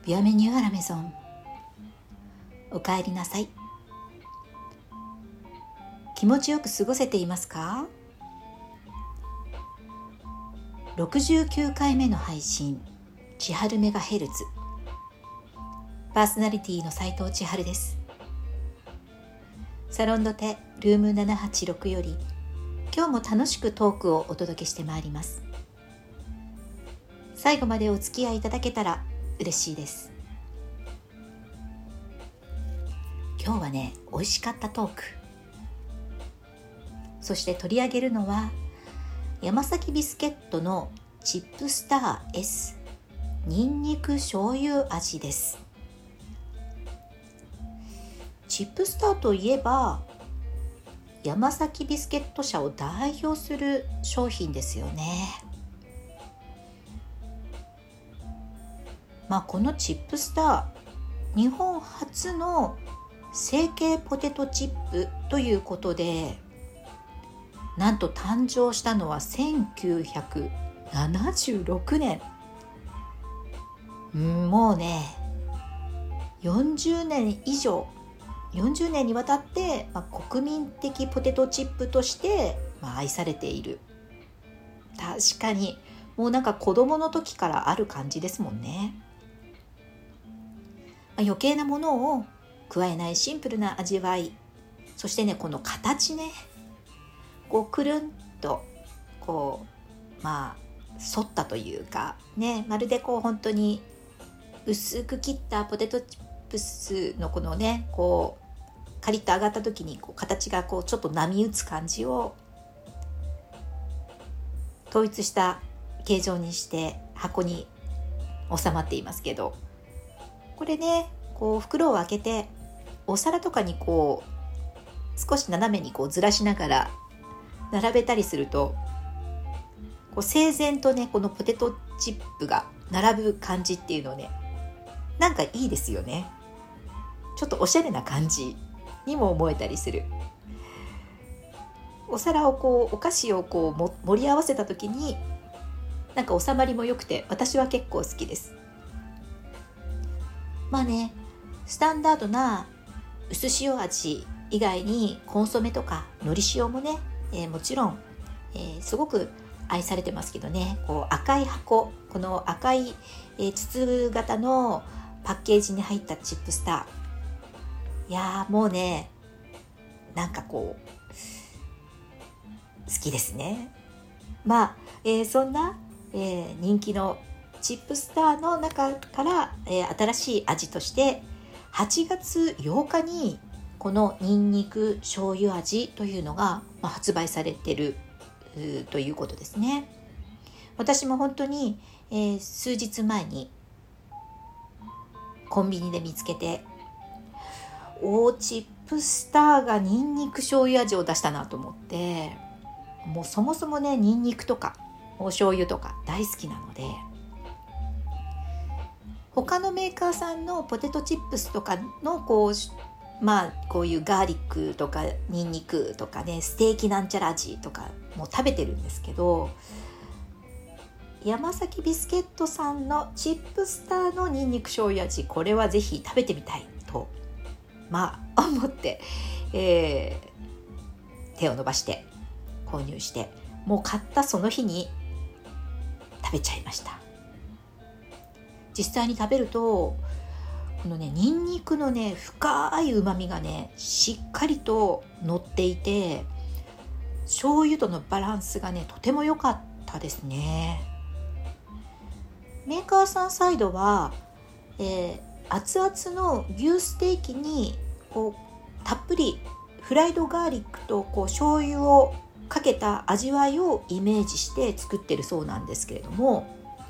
ビアメニューアラメゾン、おかえりなさい。気持ちよく過ごせていますか？69回目の配信、千春メガヘルツ。パーソナリティの斉藤千春です。サロンドテルーム786より、今日も楽しくトークをお届けしてまいります。最後までお付き合いいただけたら嬉しいです。今日はね、美味しかったトーク。そして取り上げるのは山崎ビスケットのチップスター S にんにく醤油味です。チップスターといえば山崎ビスケット社を代表する商品ですよね。このチップスター、日本初の成形ポテトチップということで、なんと誕生したのは1976年。もうね、40年にわたって、国民的ポテトチップとして、愛されている。確かにもうなんか子供の時からある感じですもんね。余計なものを加えないシンプルな味わい。そしてね、この形ね、くるんと反ったというかね、まるで本当に薄く切ったポテトチップスのこのね、カリッと揚がった時に形がちょっと波打つ感じを統一した形状にして箱に収まっていますけど、これね、袋を開けてお皿とかに少し斜めにずらしながら並べたりすると、整然とね、このポテトチップが並ぶ感じっていうのね、なんかいいですよね。ちょっとおしゃれな感じにも思えたりする。お皿をお菓子を盛り合わせた時になんか収まりも良くて、私は結構好きです。スタンダードな薄塩味以外にコンソメとかのり塩もね、もちろん、すごく愛されてますけどね、赤い箱、この赤い、筒型のパッケージに入ったチップスター、いやーもうね、なんか好きですね。そんな、人気のチップスターの中から、新しい味として8月8日にこのにんにく醤油味というのが、発売されているということですね。私も本当に、数日前にコンビニで見つけて、チップスターがにんにく醤油味を出したなと思って、もうそもそもね、にんにくとかお醤油とか大好きなので、他のメーカーさんのポテトチップスとかのこういうガーリックとかニンニクとかね、ステーキなんちゃら味とかも食べてるんですけど、山崎ビスケットさんのチップスターのニンニク醤油味、これはぜひ食べてみたいと思って、手を伸ばして購入して、もう買ったその日に食べちゃいました。実際に食べると、このね、ニンニクのね、深い旨味がね、しっかりと乗っていて、醤油とのバランスがね、とても良かったですね。メーカーさんサイドは、熱々の牛ステーキにたっぷりフライドガーリックと醤油をかけた味わいをイメージして作ってるそうなんですけれども、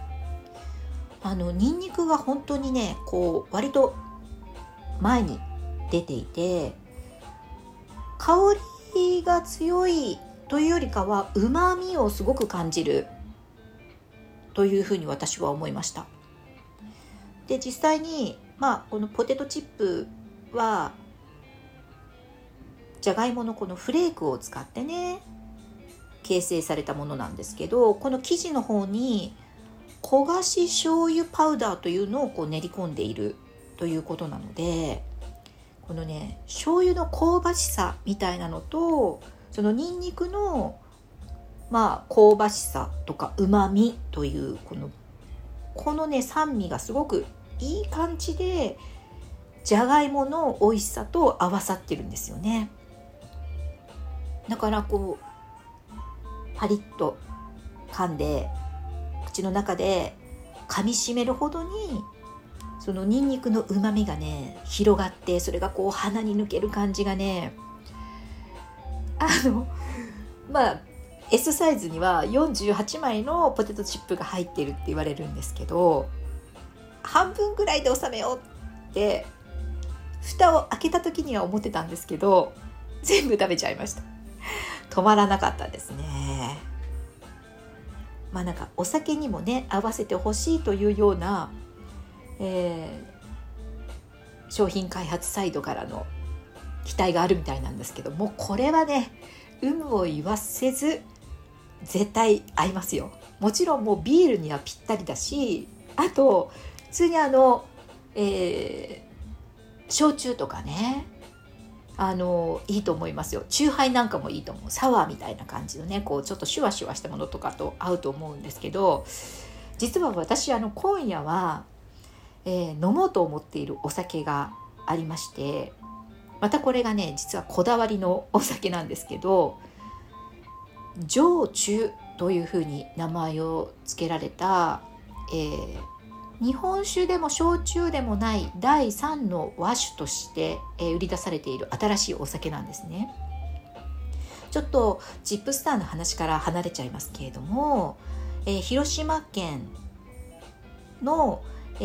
ニンニクが本当にね、割と前に出ていて、香りが強いというよりかは旨味をすごく感じるというふうに私は思いました。で、実際にこのポテトチップはじゃがいものこのフレークを使ってね、形成されたものなんですけど、この生地の方に焦がし醤油パウダーというのをこう練り込んでいるということなので、このね醤油の香ばしさみたいなのと、そのニンニクの香ばしさとかうまみというこのね酸味がすごくいい感じでじゃがいもの美味しさと合わさってるんですよね。だからこうパリッと噛んで口の中で噛み締めるほどにそのニンニクのうまみがね広がって、それがこう鼻に抜ける感じがね、S サイズには48枚のポテトチップが入っているって言われるんですけど、半分ぐらいで収めようって蓋を開けた時には思ってたんですけど、全部食べちゃいました。止まらなかったですね。なんかお酒にもね合わせてほしいというような、商品開発サイドからの期待があるみたいなんですけども、これはね有無を言わせず絶対合いますよ。もちろんもうビールにはぴったりだし、あと普通に焼酎とかねいいと思いますよ。酎ハイなんかもいいと思う。サワーみたいな感じのねこうちょっとシュワシュワしたものとかと合うと思うんですけど、実は私今夜は、飲もうと思っているお酒がありまして、またこれがね実はこだわりのお酒なんですけど、焼酎というふうに名前を付けられた、日本酒でも焼酎でもない第3の和酒として、売り出されている新しいお酒なんですね。ちょっとジップスターの話から離れちゃいますけれども、広島県の、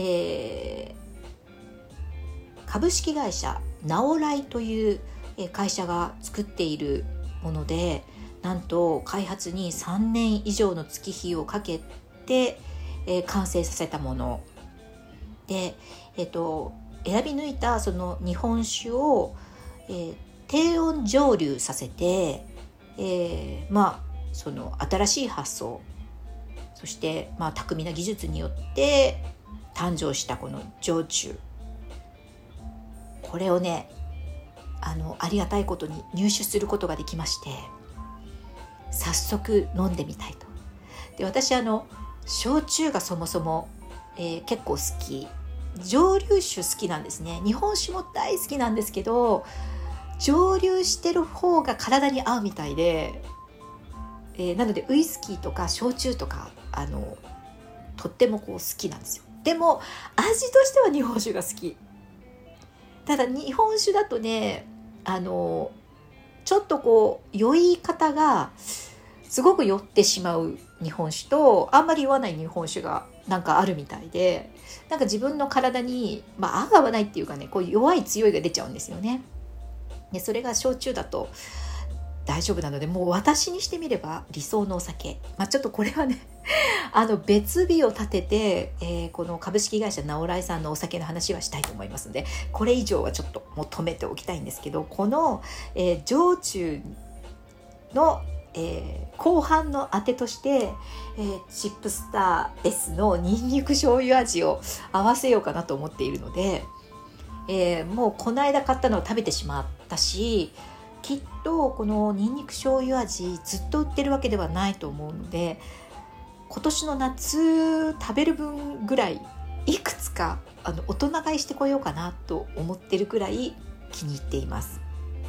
株式会社ナオライという会社が作っているもので、なんと開発に3年以上の月日をかけて、完成させたもので、選び抜いたその日本酒を、低温蒸留させて、その新しい発想、そして、巧みな技術によって誕生したこの焼酎、これをねありがたいことに入手することができまして、早速飲んでみたいと。で、私焼酎がそもそも、結構好き、蒸留酒好きなんですね。日本酒も大好きなんですけど、蒸留してる方が体に合うみたいで、なのでウイスキーとか焼酎とかとってもこう好きなんですよ。でも味としては日本酒が好き。ただ日本酒だとねちょっとこう酔い方がすごく酔ってしまう日本酒と、あんまり酔わない日本酒がなんかあるみたいで、なんか自分の体に合わないっていうかね、こう弱い強いが出ちゃうんですよね。でそれが焼酎だと大丈夫なので、もう私にしてみれば理想のお酒。ちょっとこれはね別日を立てて、この株式会社ナオライさんのお酒の話はしたいと思いますので、これ以上はちょっともう止めておきたいんですけど、この、焼酎の、後半のあてとして、チップスター S のニンニク醤油味を合わせようかなと思っているので、もうこの間買ったのを食べてしまったし、きっとこのニンニク醤油味ずっと売ってるわけではないと思うので、今年の夏食べる分ぐらいいくつか大人買いしてこようかなと思ってるくらい気に入っています。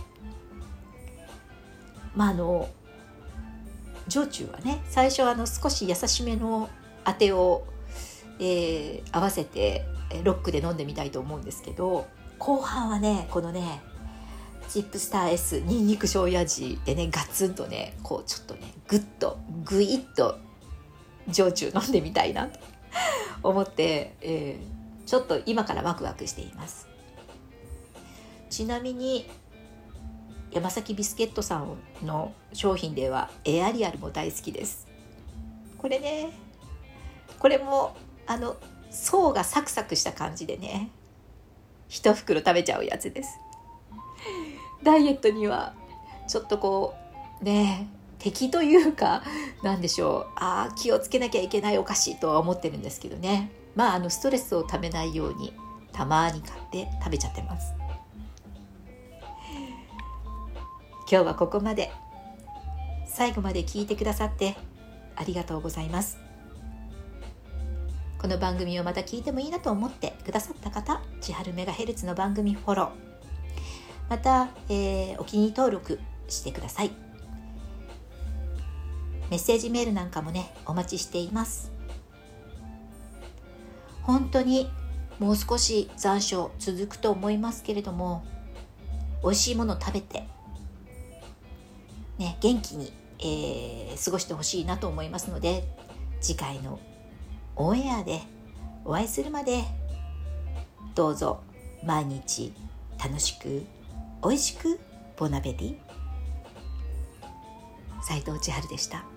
焼酎はね、最初少し優しめのあてを、合わせてロックで飲んでみたいと思うんですけど、後半はねこのねチップスター S ニンニク醤油味でねガツンとねこうちょっとねグイッと焼酎飲んでみたいなと思って、ちょっと今からワクワクしています。ちなみに山崎ビスケットさんの商品ではエアリアルも大好きです。これね、これも層がサクサクした感じでね一袋食べちゃうやつです。ダイエットにはちょっとこうね敵というかなんでしょう、気をつけなきゃいけないお菓子とは思ってるんですけどね。ストレスをためないようにたまに買って食べちゃってます。今日はここまで。最後まで聞いてくださってありがとうございます。この番組をまた聞いてもいいなと思ってくださった方、千春メガヘルツの番組フォロー、また、お気に入り登録してください。メッセージメールなんかもね、お待ちしています。本当にもう少し残暑続くと思いますけれども、美味しいものを食べて、ね、元気に、過ごしてほしいなと思いますので、次回のオンエアでお会いするまで、どうぞ毎日楽しく美味しくボナペティ。斉藤千春でした。